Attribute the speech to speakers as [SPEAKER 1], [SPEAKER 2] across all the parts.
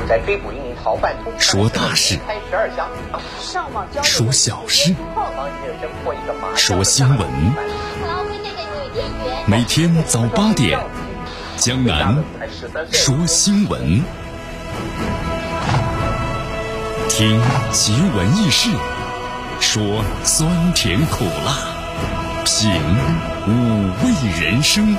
[SPEAKER 1] 在追捕一名逃犯，
[SPEAKER 2] 说大事，说小事，说新闻。每天早8点，江南说新闻，听奇闻异事，说酸甜苦辣，品五味人生。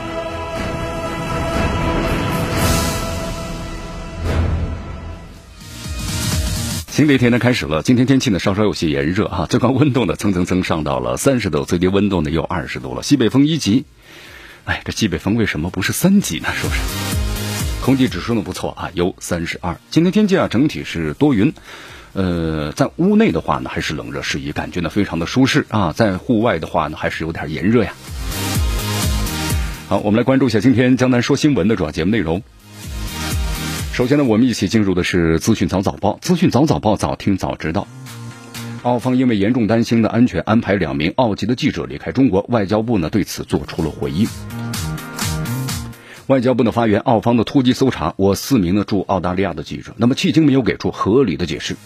[SPEAKER 2] 新的一天呢开始了，今天天气呢稍稍有些炎热啊，最高温度呢蹭上到了30度，最低温度呢又20度了，西北风1级。哎，这西北风为什么不是3级呢？是不是？空气指数呢不错啊，有32。今天天气啊整体是多云，在屋内的话呢还是冷热适宜，感觉呢非常的舒适啊，在户外的话呢还是有点炎热呀。好，我们来关注一下今天江南说新闻的主要节目内容。首先呢，我们一起进入的是资讯早早报，资讯早早报，早听早知道。澳方因为严重担心的安全，安排2名澳籍的记者离开中国，外交部呢对此做出了回应。外交部呢发言，澳方的突击搜查我4名呢驻澳大利亚的记者，那么迄今没有给出合理的解释。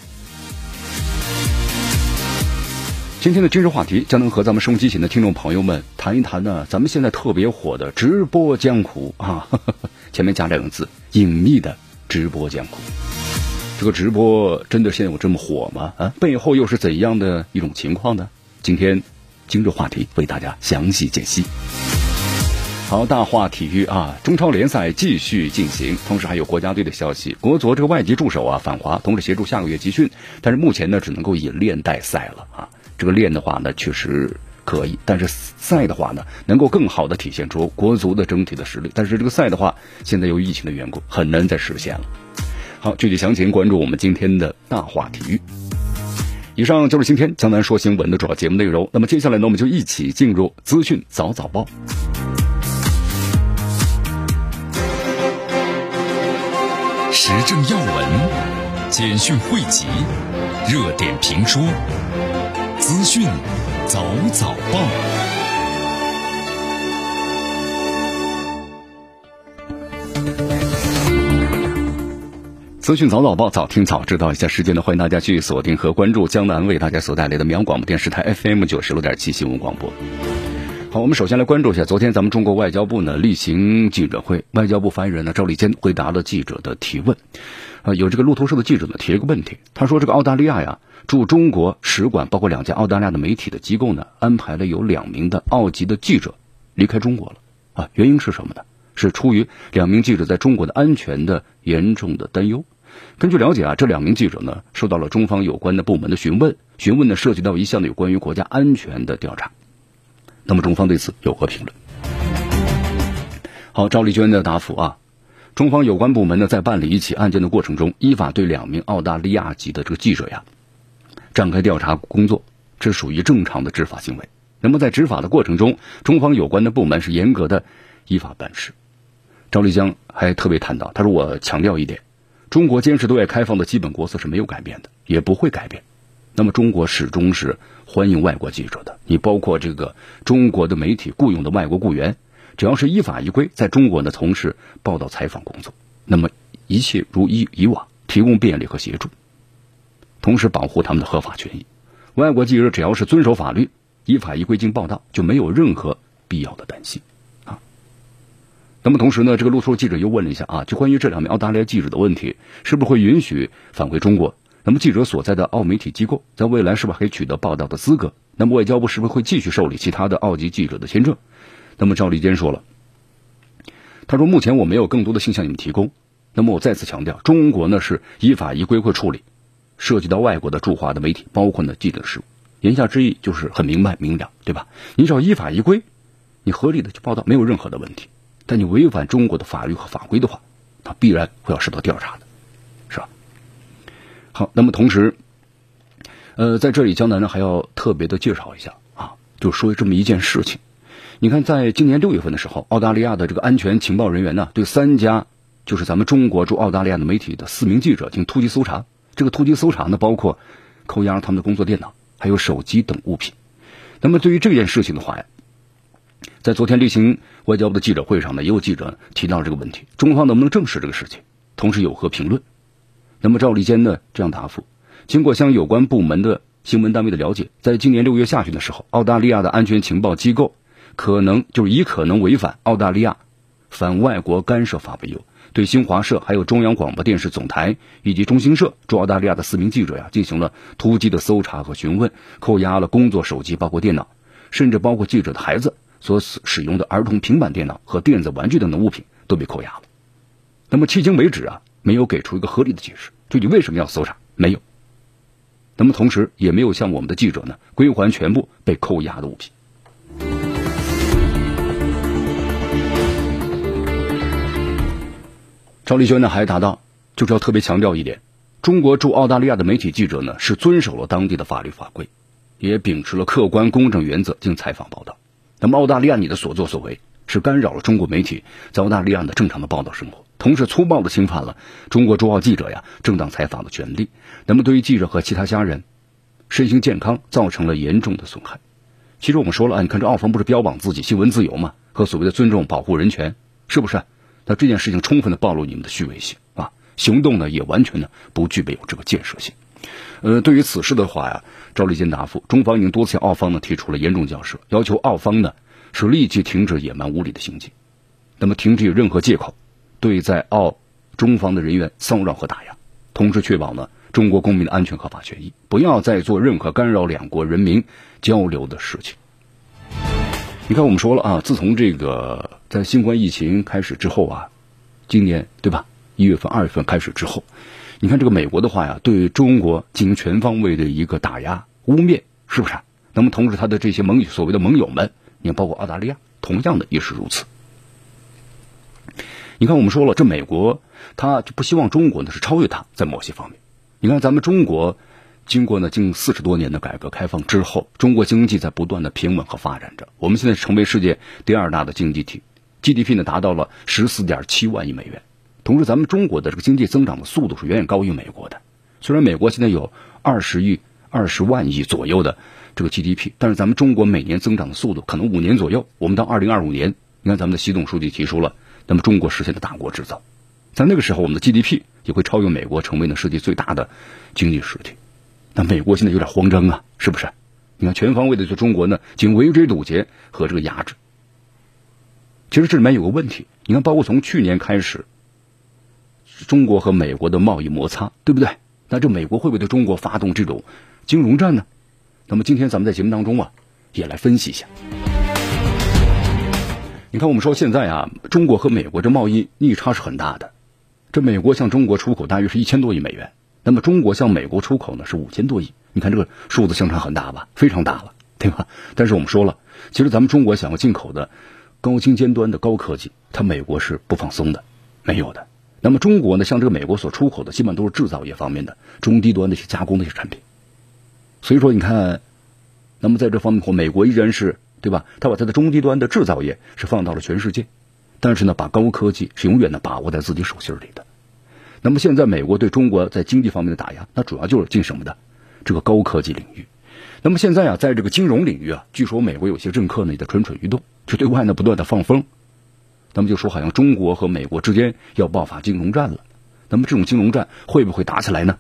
[SPEAKER 2] 今天的今日话题将能和咱们收音机前的听众朋友们谈一谈呢，咱们现在特别火的直播江湖啊，前面加2个字，隐秘的直播江湖。这个直播真的现在有这么火吗？啊，背后又是怎样的一种情况呢？今天今日话题为大家详细解析。好，大话体育啊，中超联赛继续进行，同时还有国家队的消息。国足这个外籍助手啊返华，同时协助下个月集训，但是目前呢只能够以练代赛了啊。这个练的话呢确实可以，但是赛的话呢能够更好的体现出国足的整体的实力，但是这个赛的话现在由于疫情的缘故很难再实现了。好，具体详情关注我们今天的大话体育。以上就是今天江南说新闻的主要节目内容，那么接下来呢我们就一起进入资讯早早报。时政要闻、简讯汇集、热点评说，资讯早早报。资讯早早报，早听早知道。一下时间呢，欢迎大家继续锁定和关注江南为大家所带来的绵阳广播电视台 FM 96.7新闻广播。好，我们首先来关注一下昨天咱们中国外交部呢例行记者会，外交部发言人呢赵立坚回答了记者的提问。有这个路透社的记者呢提了个问题，他说这个澳大利亚呀驻中国使馆包括2家澳大利亚的媒体的机构呢安排了有2名的澳籍的记者离开中国了啊，原因是什么呢？是出于2名记者在中国的安全的严重的担忧。根据了解啊，这2名记者呢受到了中方有关的部门的询问呢涉及到一项有关于国家安全的调查。那么中方对此有何评论？好，赵立坚的答复啊，中方有关部门呢在办理一起案件的过程中，依法对2名澳大利亚籍的这个记者呀展开调查工作，这属于正常的执法行为。那么在执法的过程中，中方有关的部门是严格的依法办事。赵立坚还特别谈到，他说我强调一点，中国坚持对外开放的基本国策是没有改变的，也不会改变。那么中国始终是欢迎外国记者的，你包括这个中国的媒体雇佣的外国雇员，只要是依法依规在中国呢从事报道采访工作，那么一切如以往，提供便利和协助，同时保护他们的合法权益。外国记者只要是遵守法律，依法依规进报道，就没有任何必要的担心啊。那么同时呢，这个路透记者又问了一下啊，就关于这2名澳大利亚记者的问题，是不是会允许返回中国？那么记者所在的澳媒体机构在未来是不是可以取得报道的资格？那么外交部是不是会继续受理其他的澳籍记者的签证？那么赵立坚说了，他说目前我没有更多的信向你们提供。那么我再次强调，中国呢是依法依规会处理涉及到外国的驻华的媒体包括呢记者事务。言下之意就是很明白明了，对吧？你只要依法依规，你合理的去报道，没有任何的问题。但你违反中国的法律和法规的话，它必然会要受到调查的，是吧？好，那么同时在这里江南呢还要特别的介绍一下啊，就说这么一件事情。你看在今年6月份的时候，澳大利亚的这个安全情报人员呢对3家就是咱们中国驻澳大利亚的媒体的4名记者进行突击搜查。这个突击搜查呢包括扣押他们的工作电脑还有手机等物品。那么对于这件事情的话呀，在昨天例行外交部的记者会上呢，也有记者提到这个问题，中方能不能正视这个事情，同时有何评论？ 那么赵立坚呢这样答复：经过向有关部门的新闻单位的了解，在今年6月下旬的时候，澳大利亚的安全情报机构以可能违反澳大利亚反外国干涉法为由，对新华社还有中央广播电视总台以及中新社驻澳大利亚的4名记者进行了突击的搜查和询问，扣押了工作手机，包括电脑，甚至包括记者的孩子所使用的儿童平板电脑和电子玩具等的物品都被扣押了。那么迄今为止没有给出一个合理的解释，具体为什么要搜查没有。那么同时也没有向我们的记者归还全部被扣押的物品。赵立坚还答道，就是要特别强调一点，中国驻澳大利亚的媒体记者是遵守了当地的法律法规，也秉持了客观公正原则进行采访报道。那么澳大利亚你的所作所为是干扰了中国媒体在澳大利亚的正常的报道生活，同时粗暴的侵犯了中国驻澳记者正当采访的权利，那么对于记者和其他家人身心健康造成了严重的损害。其实我们说了，你看这澳方不是标榜自己新闻自由吗？和所谓的尊重保护人权，是不是？那这件事情充分的暴露你们的虚伪性行动也完全不具备有这个建设性。对于此事的话赵立坚答复，中方已经多次向澳方提出了严重交涉，要求澳方是立即停止野蛮无理的行径，那么停止以任何借口对在澳中方的人员骚扰和打压，同时确保中国公民的安全合法权益，不要再做任何干扰两国人民交流的事情。你看我们说了自从这个在新冠疫情开始之后今年对吧，1月份2月份开始之后，你看这个美国的话对中国进行全方位的一个打压污蔑，是不是？那么同时他的这些所谓的盟友们，你看包括澳大利亚同样的也是如此。你看我们说了，这美国他就不希望中国是超越他在某些方面。你看咱们中国经过近40多年的改革开放之后，中国经济在不断的平稳和发展着，我们现在成为世界第2大的经济体， GDP 达到了14.7万亿美元。同时咱们中国的这个经济增长的速度是远远高于美国的，虽然美国现在有20万亿左右的这个 GDP， 但是咱们中国每年增长的速度可能5年左右，我们到2025年，你看咱们的习总书记提出了，那么中国实现的大国制造，在那个时候我们的 GDP 也会超越美国，成为世界最大的经济实体。那美国现在有点慌张是不是？你看全方位的对中国进行围追堵截和这个压制。其实这里面有个问题，你看包括从去年开始，中国和美国的贸易摩擦，对不对？那这美国会不会对中国发动这种金融战呢？那么今天咱们在节目当中也来分析一下。你看我们说现在中国和美国这贸易逆差是很大的，这美国向中国出口大约是1000多亿美元，那么中国向美国出口是5000多亿，你看这个数字相差很大吧，非常大了，对吧？但是我们说了，其实咱们中国想要进口的高精尖端的高科技，它美国是不放松的，没有的。那么中国像这个美国所出口的基本上都是制造业方面的中低端的一些加工的一些产品，所以说你看，那么在这方面美国依然是对吧，他把他的中低端的制造业是放到了全世界，但是把高科技是永远把握在自己手心里的。那么现在美国对中国在经济方面的打压，那主要就是进什么的这个高科技领域。那么现在在这个金融领域据说美国有些政客也在蠢蠢欲动，就对外不断的放风，那么就说好像中国和美国之间要爆发金融战了。那么这种金融战会不会打起来呢？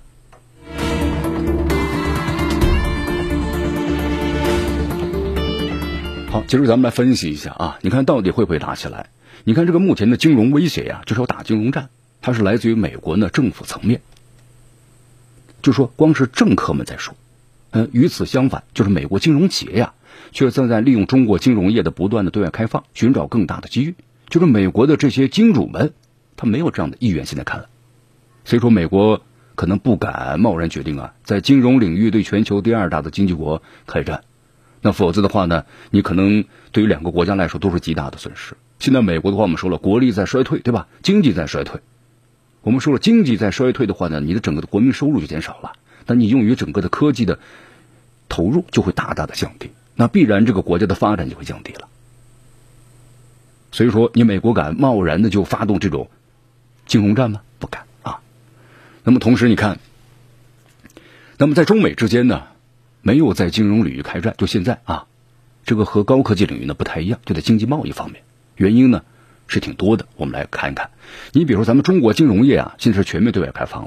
[SPEAKER 2] 好，接着咱们来分析一下你看到底会不会打起来？你看这个目前的金融威胁就是要打金融战，它是来自于美国政府层面，就说光是政客们在说，与此相反，就是美国金融企业却正在利用中国金融业的不断的对外开放，寻找更大的机遇。就是美国的这些金主们，他没有这样的意愿，现在看了，所以说美国可能不敢贸然决定在金融领域对全球第2大的经济国开战。那否则的话你可能对于2个国家来说都是极大的损失。现在美国的话，我们说了，国力在衰退，对吧？经济在衰退。我们说了，经济在衰退的话你的整个的国民收入就减少了，那你用于整个的科技的投入就会大大的降低，那必然这个国家的发展就会降低了。所以说你美国敢贸然的就发动这种金融战吗？不敢那么同时你看，那么在中美之间没有在金融领域开战，就现在这个和高科技领域不太一样，就在经济贸易方面，原因是挺多的，我们来看一看。你比如说咱们中国金融业现在是全面对外开放了，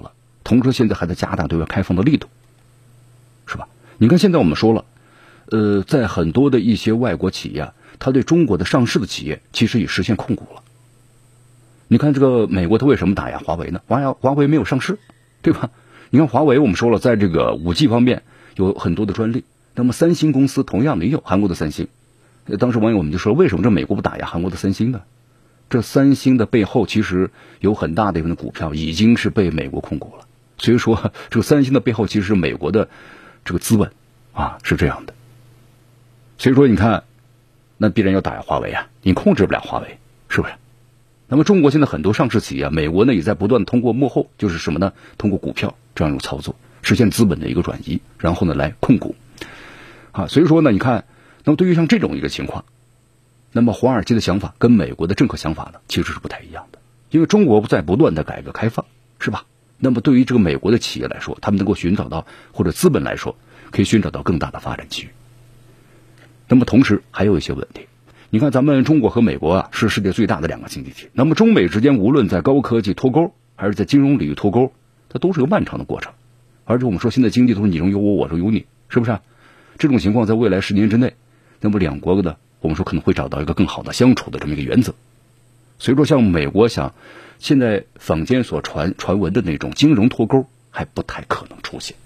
[SPEAKER 2] 同时现在还在加大对外开放的力度，是吧？你看现在我们说了，在很多的一些外国企业，它对中国的上市的企业其实已实现控股了。你看这个美国它为什么打压华为呢？华为没有上市，对吧？你看华为我们说了，在这个 5G 方面有很多的专利，那么三星公司同样的也有，韩国的三星。当时网友我们就说，为什么这美国不打压韩国的三星呢？这三星的背后其实有很大的一部分股票已经是被美国控股了，所以说这个三星的背后其实是美国的这个资本啊，是这样的。所以说你看，那必然要打压华为啊，你控制不了华为，是不是？那么中国现在很多上市企业，美国呢也在不断通过幕后，就是什么呢？通过股票这样一种操作，实现资本的一个转移，然后呢来控股啊。所以说呢，你看，那么对于像这种一个情况，那么华尔街的想法跟美国的政客想法呢其实是不太一样的，因为中国在不断的改革开放，是吧？那么对于这个美国的企业来说，他们能够寻找到，或者资本来说可以寻找到更大的发展机遇。那么同时还有一些问题，你看咱们中国和美国啊是世界最大的两个经济体，那么中美之间无论在高科技脱钩还是在金融领域脱钩，它都是个漫长的过程。而且我们说现在经济都是你中有我，我中有你，是不是？这种情况在未来10年之内，那么两国的我们说可能会找到一个更好的相处的这么一个原则。所以说像美国想现在坊间所传闻的那种金融脱钩还不太可能出现。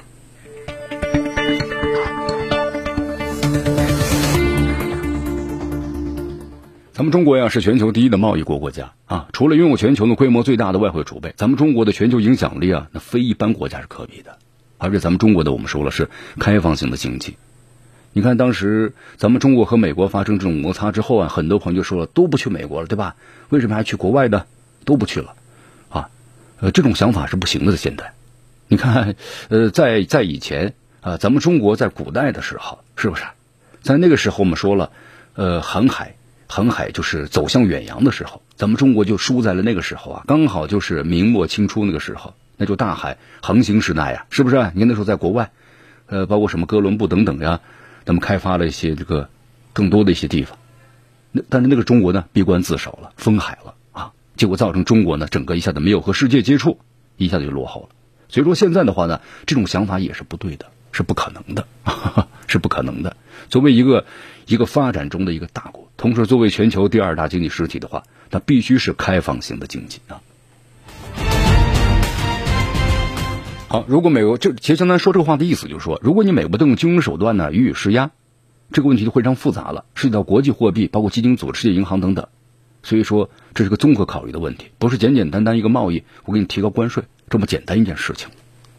[SPEAKER 2] 咱们中国呀是全球第一的贸易国家啊，除了拥有全球的规模最大的外汇储备，咱们中国的全球影响力啊，那非一般国家是可比的。而且咱们中国的我们说了是开放型的经济。你看当时咱们中国和美国发生这种摩擦之后啊，很多朋友就说了都不去美国了，对吧？为什么还去国外呢？都不去了啊。这种想法是不行的。现在你看在以前啊，咱们中国在古代的时候，是不是在那个时候我们说了航海就是走向远洋的时候，咱们中国就输在了那个时候啊，刚好就是明末清初那个时候，那就大海航行时代呀，是不是？你看那时候在国外包括什么哥伦布等等呀，咱们开发了一些这个更多的一些地方，但是那个中国呢闭关自守了，封海了啊，结果造成中国呢整个一下子没有和世界接触，一下子就落后了。所以说现在的话呢，这种想法也是不对的，是不可能的是不可能的。作为一个发展中的一个大国，同时作为全球第2大经济实体的话，它必须是开放型的经济啊。好，如果美国其实相当于说这个话的意思就是说，如果你美国动用金融手段呢予以施压，这个问题就非常复杂了，涉及到国际货币，包括基金组织、世界银行等等。所以说这是个综合考虑的问题，不是简简单单一个贸易我给你提高关税这么简单一件事情。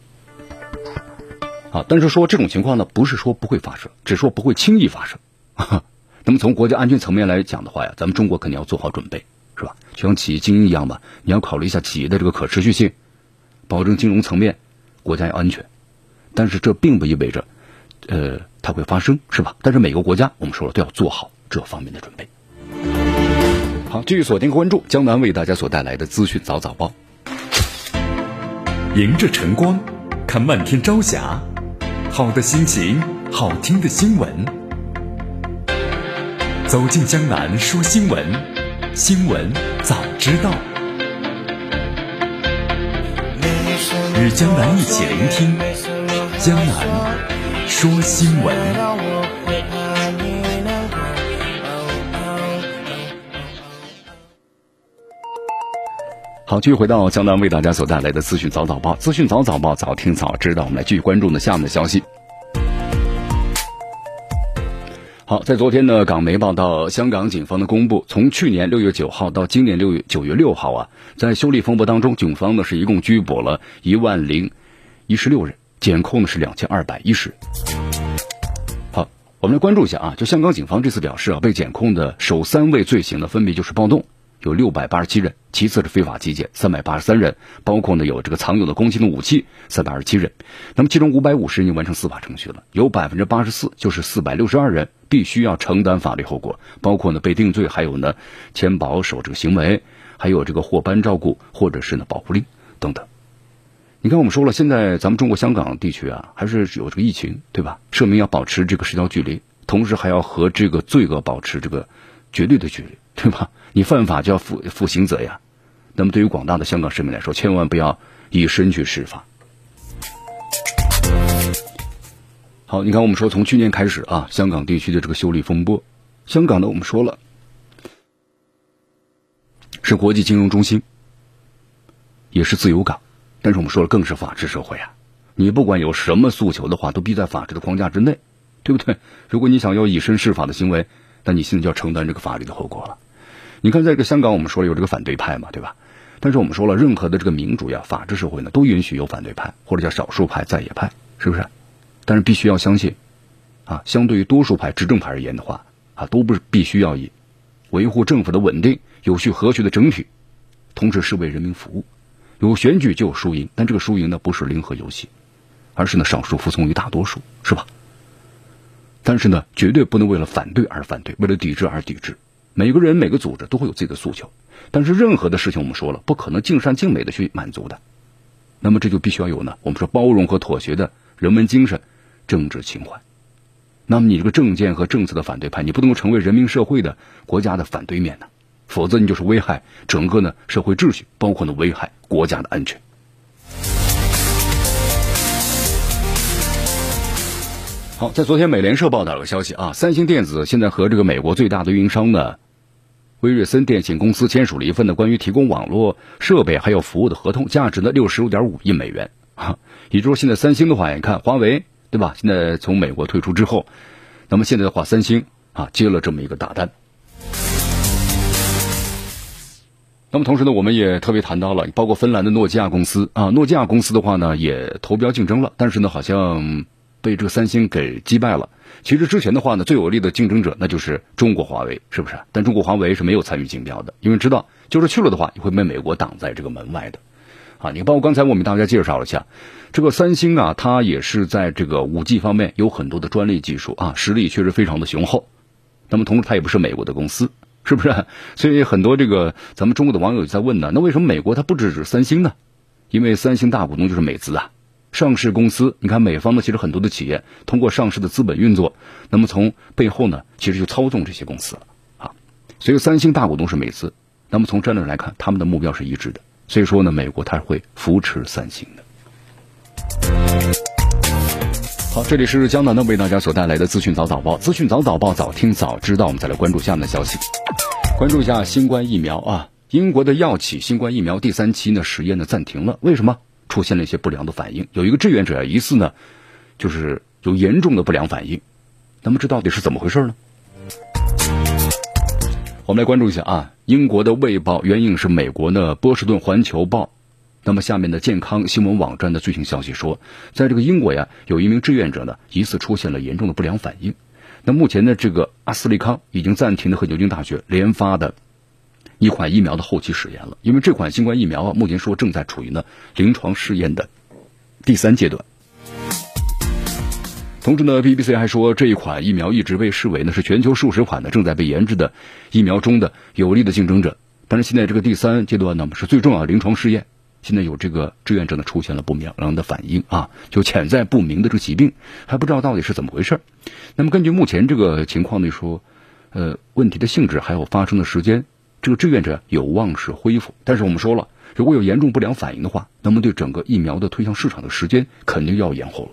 [SPEAKER 2] 啊，但是说这种情况呢，不是说不会发生，只是说不会轻易发生。那么从国家安全层面来讲的话呀，咱们中国肯定要做好准备，是吧？就像企业经营一样吧，你要考虑一下企业的这个可持续性，保证金融层面国家要安全。但是这并不意味着它会发生，是吧？但是每个国家我们说了都要做好这方面的准备。好，继续锁定关注江南为大家所带来的资讯早早报。
[SPEAKER 1] 迎着晨光看漫天朝霞，好的心情，好听的新闻。走进江南说新闻，新闻早知道。与江南一起聆听江南说新闻。
[SPEAKER 2] 好，继续回到江南为大家所带来的资讯早早报，资讯早早报，早听早知道。我们来继续关注下面的消息。好，在昨天呢，港媒报道，香港警方的公布，从去年6月9号到今年9月6号啊，在修例风波当中，警方呢是一共拘捕了10016人，检控呢是2210人。好，我们来关注一下啊，就香港警方这次表示啊，被检控的首3位罪行呢，分别就是暴动，有687人，其次是非法集结383人，包括呢有这个藏有的攻击性武器327人。那么其中550人已经完成司法程序了，有84%，就是462人必须要承担法律后果，包括呢被定罪，还有呢签保守这个行为，还有这个获颁照顾或者是呢保护令等等。你看我们说了，现在咱们中国香港地区啊，还是有这个疫情，对吧？市民要保持这个社交距离，同时还要和这个罪恶保持这个绝对的距离，对吧？你犯法就要负刑责呀。那么对于广大的香港市民来说，千万不要以身去施法。好，你看我们说从去年开始啊，香港地区的这个修例风波，香港呢我们说了是国际金融中心，也是自由港，但是我们说了更是法治社会啊。你不管有什么诉求的话，都必在法治的框架之内，对不对？如果你想要以身试法的行为，那你现在就要承担这个法律的后果了。你看在这个香港我们说了有这个反对派嘛，对吧？但是我们说了任何的这个民主呀法治社会呢，都允许有反对派或者叫少数派在野派，是不是？但是必须要相信啊，相对于多数派执政派而言的话啊，都不是必须要以维护政府的稳定有序和谐的整体，同时是为人民服务。有选举就有输赢，但这个输赢呢不是零和游戏，而是呢少数服从于大多数，是吧？但是呢绝对不能为了反对而反对，为了抵制而抵制。每个人每个组织都会有自己的诉求，但是任何的事情我们说了不可能尽善尽美的去满足的，那么这就必须要有呢我们说包容和妥协的人文精神政治情怀。那么你这个政见和政策的反对派，你不能够成为人民社会的国家的反对面呢，否则你就是危害整个呢社会秩序，包括呢危害国家的安全。好，在昨天美联社报道了个消息啊，三星电子现在和这个美国最大的运营商呢威瑞森电信公司签署了一份呢关于提供网络设备还有服务的合同，价值呢65.5亿美元啊。也就是说现在三星的话，你看华为对吧，现在从美国退出之后，那么现在的话三星啊接了这么一个大单。那么同时呢我们也特别谈到了包括芬兰的诺基亚公司啊，诺基亚公司的话呢也投标竞争了，但是呢好像被这个三星给击败了。其实之前的话呢最有力的竞争者那就是中国华为，是不是？但中国华为是没有参与竞标的，因为知道就是去了的话也会被美国挡在这个门外的啊。你包括刚才我们大家介绍了一下这个三星啊，它也是在这个 5G 方面有很多的专利技术啊，实力确实非常的雄厚。那么同时它也不是美国的公司，是不是？所以很多这个咱们中国的网友在问呢，那为什么美国它不制止三星呢？因为三星大股东就是美资啊，上市公司，你看美方呢其实很多的企业通过上市的资本运作，那么从背后呢其实就操纵这些公司了啊。所以三星大股东是美资，那么从战略来看他们的目标是一致的，所以说呢美国它会扶持三星的。好，这里是江南呢为大家所带来的资讯早早报，资讯早早报，早听早知道。我们再来关注下面的消息，关注一下新冠疫苗啊，英国的药企新冠疫苗第3期呢实验呢暂停了，为什么？出现了一些不良的反应，有一个志愿者疑似呢就是有严重的不良反应，那么这到底是怎么回事呢？我们来关注一下啊，英国的卫报援引是美国呢波士顿环球报，那么下面的健康新闻网站的最新消息说，在这个英国呀有一名志愿者呢疑似出现了严重的不良反应。那目前呢这个阿斯利康已经暂停了和牛津大学联发的一款疫苗的后期实验了，因为这款新冠疫苗啊目前说正在处于呢临床试验的第3阶段。同时呢 BBC 还说，这一款疫苗一直被视为呢是全球数十款呢正在被研制的疫苗中的有力的竞争者，但是现在这个第3阶段呢是最重要的临床试验，现在有这个志愿者呢出现了不良的反应啊，就潜在不明的这个疾病，还不知道到底是怎么回事。那么根据目前这个情况呢说，问题的性质还有发生的时间，这个志愿者有望是恢复，但是我们说了，如果有严重不良反应的话，那么对整个疫苗的推向市场的时间肯定要延后了。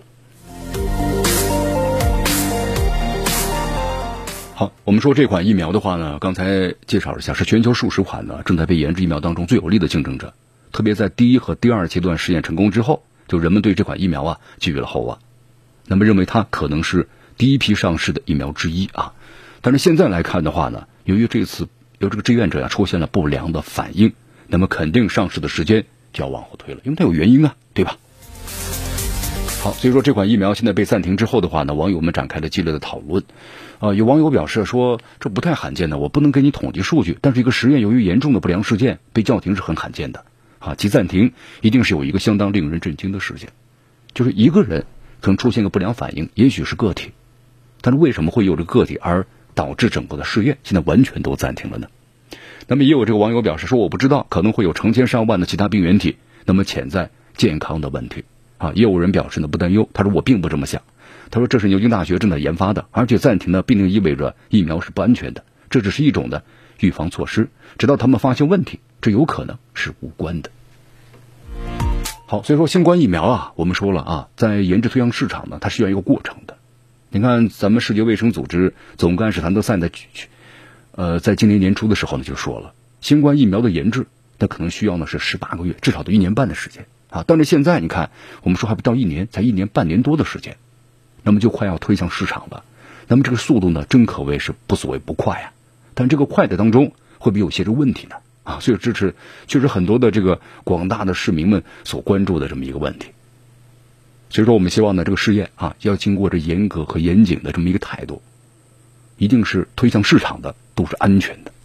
[SPEAKER 2] 好，我们说这款疫苗的话呢，刚才介绍了一下，是全球数十款呢正在被研制疫苗当中最有力的竞争者，特别在第1和第2阶段试验成功之后，就人们对这款疫苗啊寄予了厚望，那么认为它可能是第一批上市的疫苗之一啊。但是现在来看的话呢，由于这次有这个志愿者出现了不良的反应，那么肯定上市的时间就要往后推了，因为它有原因啊，对吧？好，所以说这款疫苗现在被暂停之后的话呢，网友们展开了激烈的讨论。有网友表示说，这不太罕见的，我不能给你统计数据，但是一个实验由于严重的不良事件被叫停是很罕见的啊，其暂停一定是有一个相当令人震惊的事件，就是一个人可能出现个不良反应，也许是个体，但是为什么会有这个个体而导致整个的试验现在完全都暂停了呢？那么也有这个网友表示说，我不知道，可能会有成千上万的其他病原体，那么潜在健康的问题啊。也有人表示呢不担忧，他说我并不这么想，他说这是牛津大学正在研发的，而且暂停呢并不意味着疫苗是不安全的，这只是一种的预防措施，直到他们发现问题，这有可能是无关的。 好，所以说新冠疫苗啊，我们说了啊，在研制推向市场呢，它是需要一个过程的。你看，咱们世界卫生组织总干事谭德赛在今年年初的时候呢，就说了，新冠疫苗的研制，那可能需要呢是18个月，至少到1年半的时间啊。但是现在你看，我们说还不到1年，才1年半年多的时间，那么就快要推向市场了。那么这个速度呢，真可谓是不所谓不快呀。但这个快的当中，会不会有些这问题呢？啊，所以这是确实很多的这个广大的市民们所关注的这么一个问题。所以说，我们希望呢，这个试验啊，要经过这严格和严谨的这么一个态度，一定是推向市场的，都是安全的。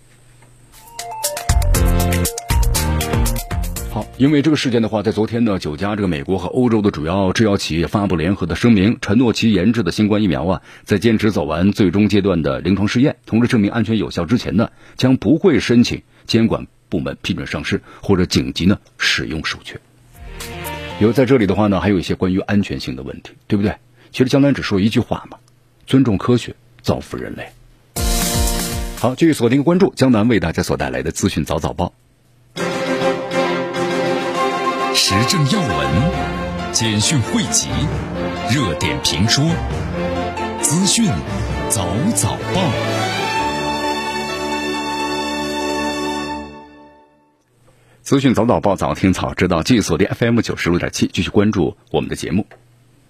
[SPEAKER 2] 好，因为这个事件的话，在昨天呢，9家这个美国和欧洲的主要制药企业发布联合的声明，承诺其研制的新冠疫苗啊，在坚持走完最终阶段的临床试验，同时证明安全有效之前呢，将不会申请监管部门批准上市或者紧急呢使用授权。有在这里的话呢，还有一些关于安全性的问题，对不对？其实江南只说一句话嘛，尊重科学，造福人类。好，继续锁定关注江南为大家所带来的资讯早早报，
[SPEAKER 1] 时政要闻、简讯汇集、热点评说、资讯早早报。
[SPEAKER 2] 资讯早早报，早听早知道，继续锁定 FM 96.7，继续关注我们的节目。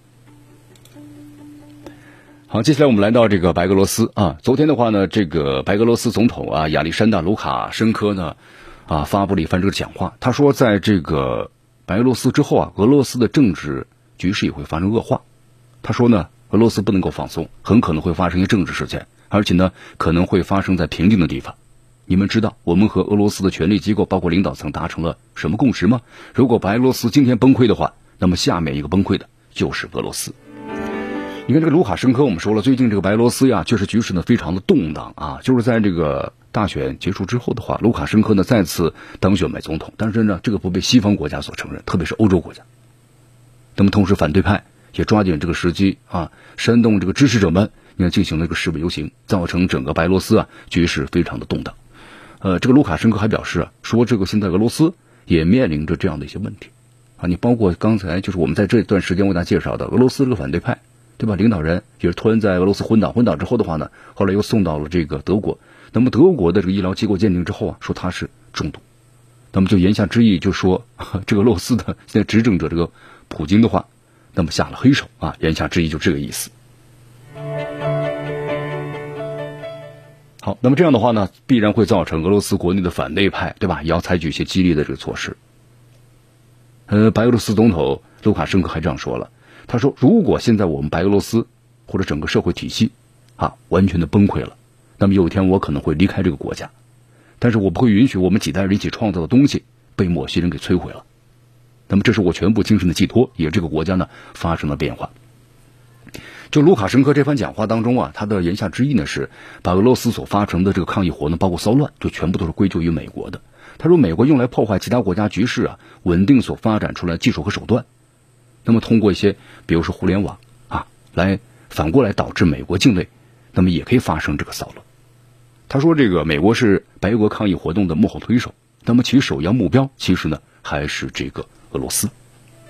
[SPEAKER 2] 好，接下来我们来到这个白俄罗斯啊。昨天的话呢，这个白俄罗斯总统啊亚历山大·卢卡申科呢发布了一番这个讲话。他说，在这个白俄罗斯之后啊，俄罗斯的政治局势也会发生恶化。他说呢，俄罗斯不能够放松，很可能会发生一些政治事件，而且呢，可能会发生在平静的地方。你们知道我们和俄罗斯的权力机构包括领导层达成了什么共识吗？如果白俄罗斯今天崩溃的话，那么下面一个崩溃的就是俄罗斯。你看这个卢卡申科，我们说了，最近这个白俄罗斯呀，确实局势呢非常的动荡啊。就是在这个大选结束之后的话，卢卡申科呢再次当选为总统，但是呢这个不被西方国家所承认，特别是欧洲国家。那么同时反对派也抓紧这个时机啊，煽动这个支持者们进行了一个示威游行，造成整个白俄罗斯啊局势非常的动荡。这个卢卡申科还表示说这个现在俄罗斯也面临着这样的一些问题啊，你包括刚才就是我们在这段时间为大家介绍的俄罗斯这个反对派，对吧？领导人也是突然在俄罗斯昏倒之后的话呢，后来又送到了这个德国。那么德国的这个医疗机构鉴定之后啊，说他是中毒。那么就言下之意就说这个俄罗斯的现在执政者这个普京的话，那么下了黑手啊，言下之意就这个意思。好，那么这样的话呢，必然会造成俄罗斯国内的反对派，对吧？也要采取一些激烈的这个措施。白俄罗斯总统卢卡申科还这样说了，他说，如果现在我们白俄罗斯或者整个社会体系完全的崩溃了，那么有一天我可能会离开这个国家，但是我不会允许我们几代人一起创造的东西被某些人给摧毁了。那么这是我全部精神的寄托，也这个国家呢发生了变化。就卢卡申科这番讲话当中啊，他的言下之意呢是把俄罗斯所发生的这个抗议活动，包括骚乱，就全部都是归咎于美国的。他说美国用来破坏其他国家局势稳定所发展出来的技术和手段，那么通过一些比如说互联网来反过来导致美国境内那么也可以发生这个骚乱。他说这个美国是白俄抗议活动的幕后推手，那么其首要目标其实呢还是这个俄罗斯。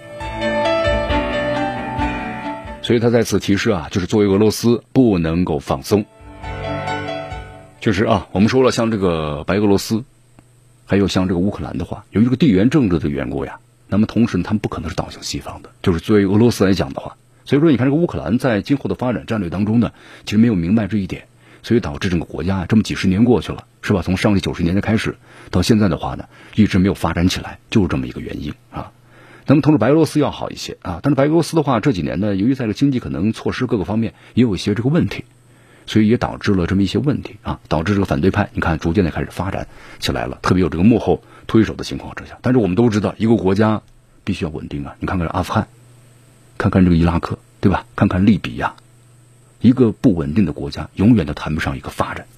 [SPEAKER 2] 所以他在此提示就是作为俄罗斯不能够放松。确实我们说了，像这个白俄罗斯还有像这个乌克兰的话，由于这个地缘政治的缘故呀，那么同时呢他们不可能是倒向西方的，就是作为俄罗斯来讲的话，所以说你看这个乌克兰在今后的发展战略当中呢，其实没有明白这一点，所以导致整个国家这么几十年过去了，是吧？从上世纪90年代开始到现在的话呢，一直没有发展起来，就是这么一个原因那么同时白俄罗斯要好一些但是白俄罗斯的话这几年呢，由于在这个经济可能措施各个方面也有一些这个问题，所以也导致了这么一些问题导致这个反对派你看逐渐的开始发展起来了，特别有这个幕后推手的情况之下。但是我们都知道一个国家必须要稳定你看看阿富汗，看看这个伊拉克，对吧？看看利比亚，一个不稳定的国家永远都谈不上一个发展。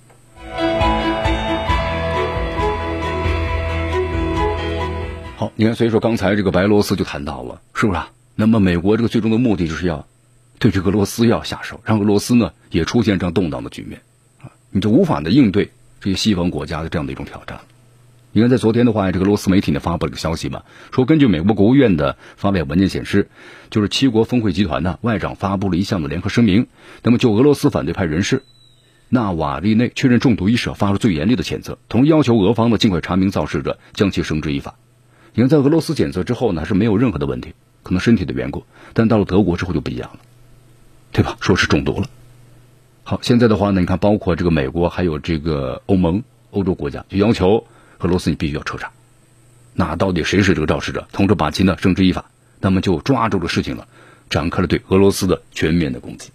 [SPEAKER 2] 好，你看，所以说刚才这个白俄罗斯就谈到了，是不是那么美国这个最终的目的就是要对这个俄罗斯要下手，让俄罗斯呢也出现这样动荡的局面你就无法的应对这些西方国家的这样的一种挑战。 你看，在昨天的话，这个俄罗斯媒体呢发布了一个消息嘛，说根据美国国务院的发表文件显示，就是七国峰会集团呢外长发布了一项的联合声明，那么就俄罗斯反对派人士纳瓦利内确认中毒一事发出最严厉的谴责，同时要求俄方呢尽快查明肇事者，将其绳之以法。你看，在俄罗斯检测之后呢，还是没有任何的问题，可能身体的缘故，但到了德国之后就不一样了，对吧？说是中毒了。好，现在的话呢，你看，包括这个美国还有这个欧盟、欧洲国家就要求俄罗斯你必须要彻查，那到底谁是这个肇事者，同时把其呢绳之以法，那么就抓住这个事情了，展开了对俄罗斯的全面的攻击。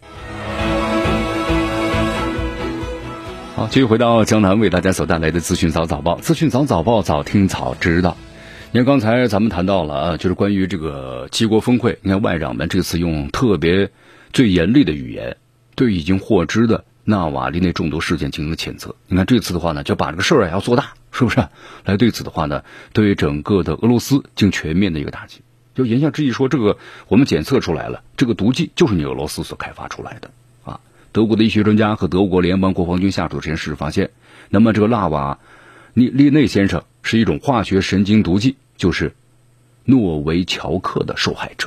[SPEAKER 2] 好，继续回到江南为大家所带来的资讯早早报，资讯早早报，早听早知道。你看刚才咱们谈到了啊，就是关于这个七国峰会，你看外长们这次用特别最严厉的语言对已经获知的纳瓦利内中毒事件进行了谴责。你看这次的话呢，就把这个事儿要做大，是不是？来对此的话呢，对整个的俄罗斯进行全面的一个打击。就言下之意说，这个我们检测出来了，这个毒剂就是你俄罗斯所开发出来的啊。德国的医学专家和德国联邦国防军下属实验室发现，那么这个纳瓦利内先生是一种化学神经毒剂，就是诺维乔克的受害者。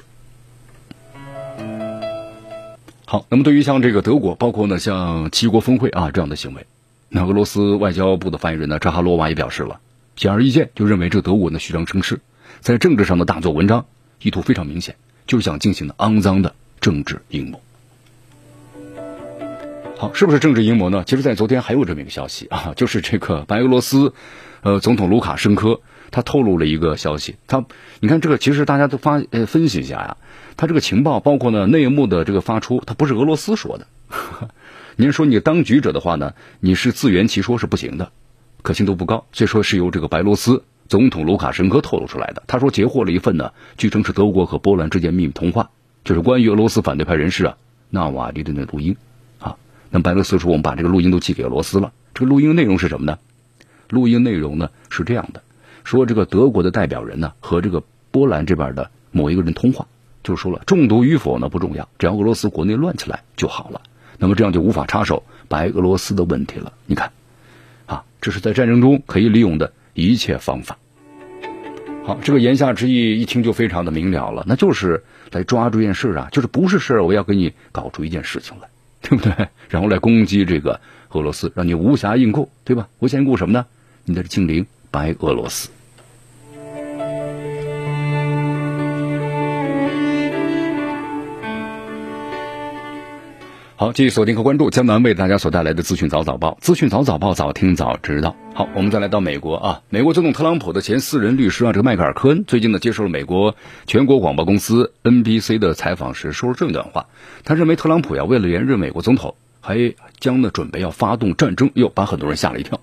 [SPEAKER 2] 好，那么对于像这个德国，包括呢像七国峰会啊这样的行为，那俄罗斯外交部的发言人呢扎哈罗娃也表示了，显而易见就认为这德国呢虚张声势，在政治上的大做文章，意图非常明显，就是想进行的肮脏的政治阴谋。好，是不是政治阴谋呢？其实在昨天还有这么一个消息啊，就是这个白俄罗斯总统卢卡申科他透露了一个消息，你看这个其实大家都分析一下呀，他这个情报包括呢内幕的这个发出，他不是俄罗斯说的。您说你当局者的话呢，你是自圆其说是不行的，可信度不高，所以说是由这个白俄罗斯总统卢卡申科透露出来的。他说截获了一份呢，据称是德国和波兰之间秘密通话，就是关于俄罗斯反对派人士纳瓦利内的录音啊。那么白俄罗斯说我们把这个录音都寄给俄罗斯了，这个录音内容是什么呢？录音内容呢是这样的，说这个德国的代表人呢和这个波兰这边的某一个人通话，就是说了中毒与否呢不重要，只要俄罗斯国内乱起来就好了，那么这样就无法插手白俄罗斯的问题了。你看啊，这是在战争中可以利用的一切方法。好，这个言下之意一听就非常的明了了，那就是来抓住一件事啊，就是不是事儿，我要给你搞出一件事情来，对不对？然后来攻击这个俄罗斯，让你无暇应顾，对吧？无暇应顾什么呢？你的精灵白俄罗斯。好，继续锁定和关注江南为大家所带来的资讯早早报，资讯早早报，早听早知道。好，我们再来到美国啊，美国总统特朗普的前私人律师这个迈克尔·科恩最近呢接受了美国全国广播公司 NBC 的采访时说了这么一段话，他认为特朗普为了连任美国总统，还将呢准备要发动战争，又把很多人吓了一跳。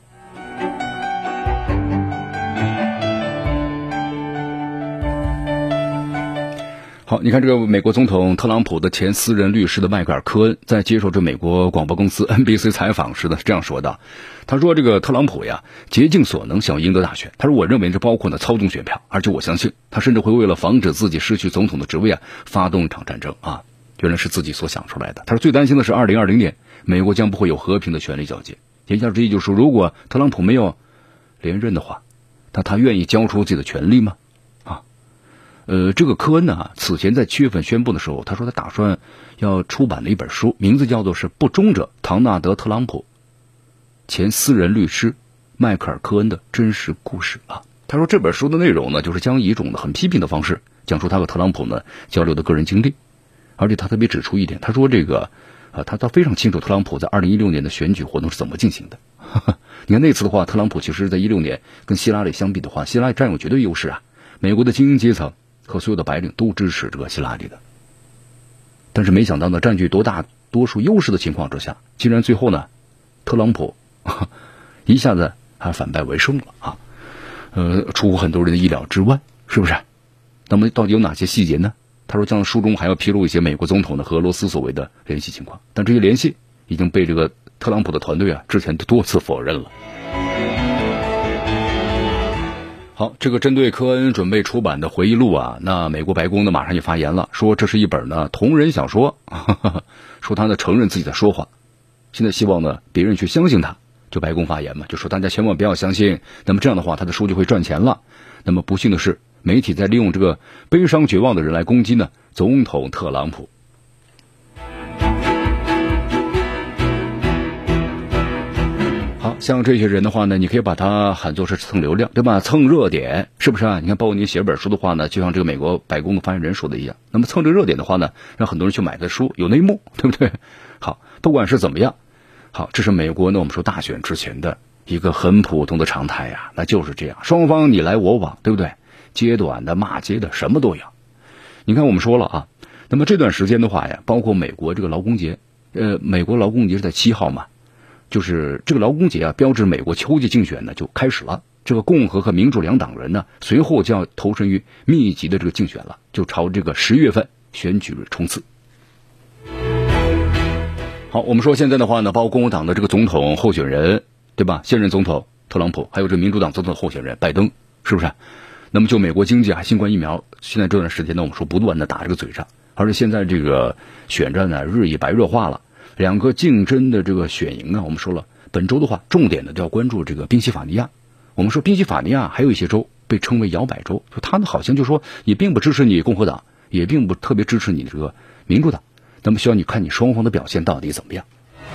[SPEAKER 2] 好，你看这个美国总统特朗普的前私人律师的迈克尔·科恩在接受这美国广播公司 NBC 采访时呢这样说道，他说这个特朗普竭尽所能想要赢得大选，他说我认为这包括呢操纵选票，而且我相信他甚至会为了防止自己失去总统的职位发动一场战争啊，原来是自己所想出来的。他说最担心的是2020年美国将不会有和平的权力交接，言下之意就是说，如果特朗普没有连任的话，他愿意交出自己的权利吗？这个科恩呢，此前在7月份宣布的时候，他说他打算要出版了一本书，名字叫做是不忠者唐纳德·特朗普前私人律师迈克尔·科恩的真实故事啊。他说这本书的内容呢，就是将以一种很批评的方式讲述他和特朗普呢交流的个人经历，而且他特别指出一点，他说这个他非常清楚特朗普在2016年的选举活动是怎么进行的。你看那次的话，特朗普其实在16年跟希拉里相比的话，希拉里占有绝对优势啊，美国的精英阶层和所有的白领都支持这个希拉里的，但是没想到呢，占据大多数优势的情况之下，竟然最后呢，特朗普一下子还反败为胜了啊，出乎很多人的意料之外，是不是？那么到底有哪些细节呢？他说，将书中还要披露一些美国总统的和俄罗斯所谓的联系情况，但这些联系已经被这个特朗普的团队之前多次否认了。好，这个针对科恩准备出版的回忆录那美国白宫呢马上就发言了，说这是一本呢同人小说，说他呢承认自己的说谎，现在希望呢别人去相信他， 就白宫发言嘛，就说大家千万不要相信，那么这样的话他的书就会赚钱了。那么不幸的是，媒体在利用这个悲伤绝望的人来攻击呢总统特朗普。好像这些人的话呢，你可以把它喊作是蹭流量，对吧？蹭热点，是不是啊？你看，包括你写本书的话呢，就像这个美国白宫的发言人说的一样，那么蹭这个热点的话呢，让很多人去买的书有内幕，对不对？好，不管是怎么样，好，这是美国呢，我们说大选之前的一个很普通的常态呀，那就是这样，双方你来我往，对不对？揭短的、骂街的，什么都有。你看，我们说了啊，那么这段时间的话呀，包括美国这个劳工节，美国劳工节是在7号嘛。就是这个劳工节啊，标志美国秋季竞选呢就开始了。这个共和和民主两党人呢，随后就要投身于密集的这个竞选了，就朝这个10月份选举日冲刺。好，我们说现在的话呢，包括共和党的这个总统候选人，对吧？现任总统特朗普，还有这民主党总统候选人拜登，是不是？那么就美国经济还新冠疫苗，现在这段时间呢，我们说不断的打这个嘴仗，而且现在这个选战呢日益白热化了。两个竞争的这个选营啊，我们说了，本周的话，重点的就要关注这个宾夕法尼亚。我们说宾夕法尼亚还有一些州被称为摇摆州，就他们好像就说也并不支持你共和党，也并不特别支持你这个民主党。那么需要你看你双方的表现到底怎么样。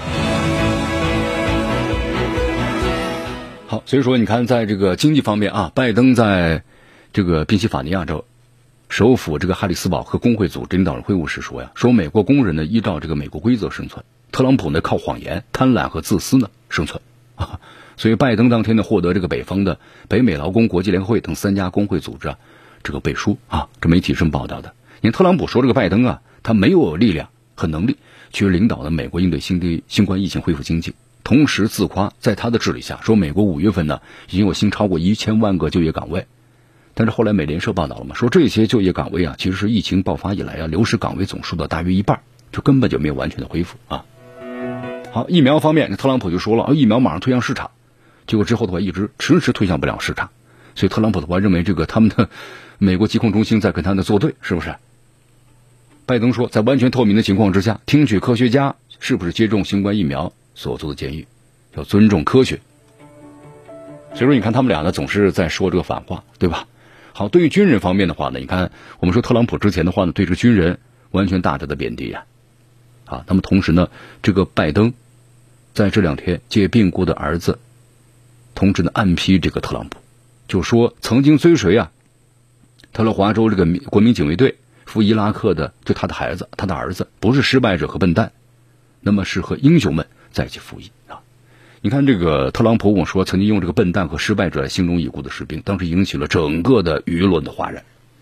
[SPEAKER 2] 好，所以说你看，在这个经济方面啊，拜登在这个宾夕法尼亚州首府这个哈里斯堡和工会组织领导人会晤时说呀，说美国工人呢依照这个美国规则生存，特朗普呢靠谎言、贪婪和自私呢生存啊。所以拜登当天呢获得这个北方的北美劳工国际联合会等3家工会组织这个背书啊，这媒体是这么报道的。你看特朗普说这个拜登啊，他没有力量和能力去领导呢美国应对新冠疫情恢复经济，同时自夸在他的治理下，说美国5月份呢已经有新超过1000万个就业岗位。但是后来美联社报道了嘛，说这些就业岗位啊，其实是疫情爆发以来啊流失岗位总数的大约一半，就根本就没有完全的恢复啊。好，疫苗方面，特朗普就说了，疫苗马上推向市场，结果之后的话一直迟迟推向不了市场，所以特朗普的话认为这个他们的美国疾控中心在跟他的作对，是不是？拜登说，在完全透明的情况之下，听取科学家是不是接种新冠疫苗所做的建议，要尊重科学。所以说你看他们俩呢总是在说这个反话，对吧？好，对于军人方面的话呢，你看我们说特朗普之前的话呢，对这个军人完全大致的贬低呀。啊，那么同时呢，这个拜登在这2天借病故的儿子同时呢暗批这个特朗普，就说曾经追随特勒华州这个国民警卫队赴伊拉克的就他的孩子，他的儿子不是失败者和笨蛋，那么是和英雄们在一起服役啊。你看这个特朗普，我说曾经用这个笨蛋和失败者来形容已故的士兵，当时引起了整个的舆论的哗然。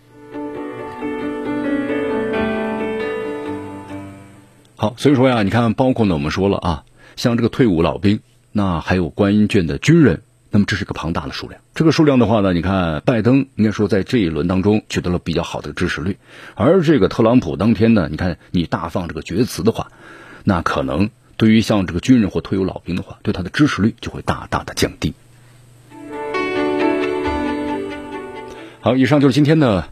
[SPEAKER 2] 好，所以说呀，你看包括呢我们说了啊，像这个退伍老兵，那还有观音眷的军人，那么这是个庞大的数量。这个数量的话呢，你看拜登应该说在这一轮当中取得了比较好的支持率，而这个特朗普当天呢，你看你大放这个厥词的话，那可能对于像这个军人或退伍老兵的话，对他的支持率就会大大的降低。好，以上就是今天的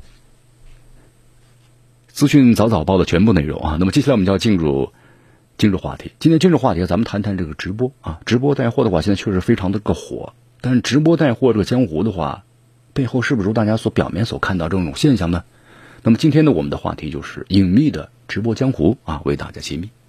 [SPEAKER 2] 资讯早早报的全部内容啊。那么接下来我们就要进入今日话题。今天今日话题咱们谈谈这个直播啊，直播带货的话现在确实非常的个火，但是直播带货这个江湖的话，背后是不是如大家所表面所看到这种现象呢？那么今天呢，我们的话题就是隐秘的直播江湖啊，为大家揭秘。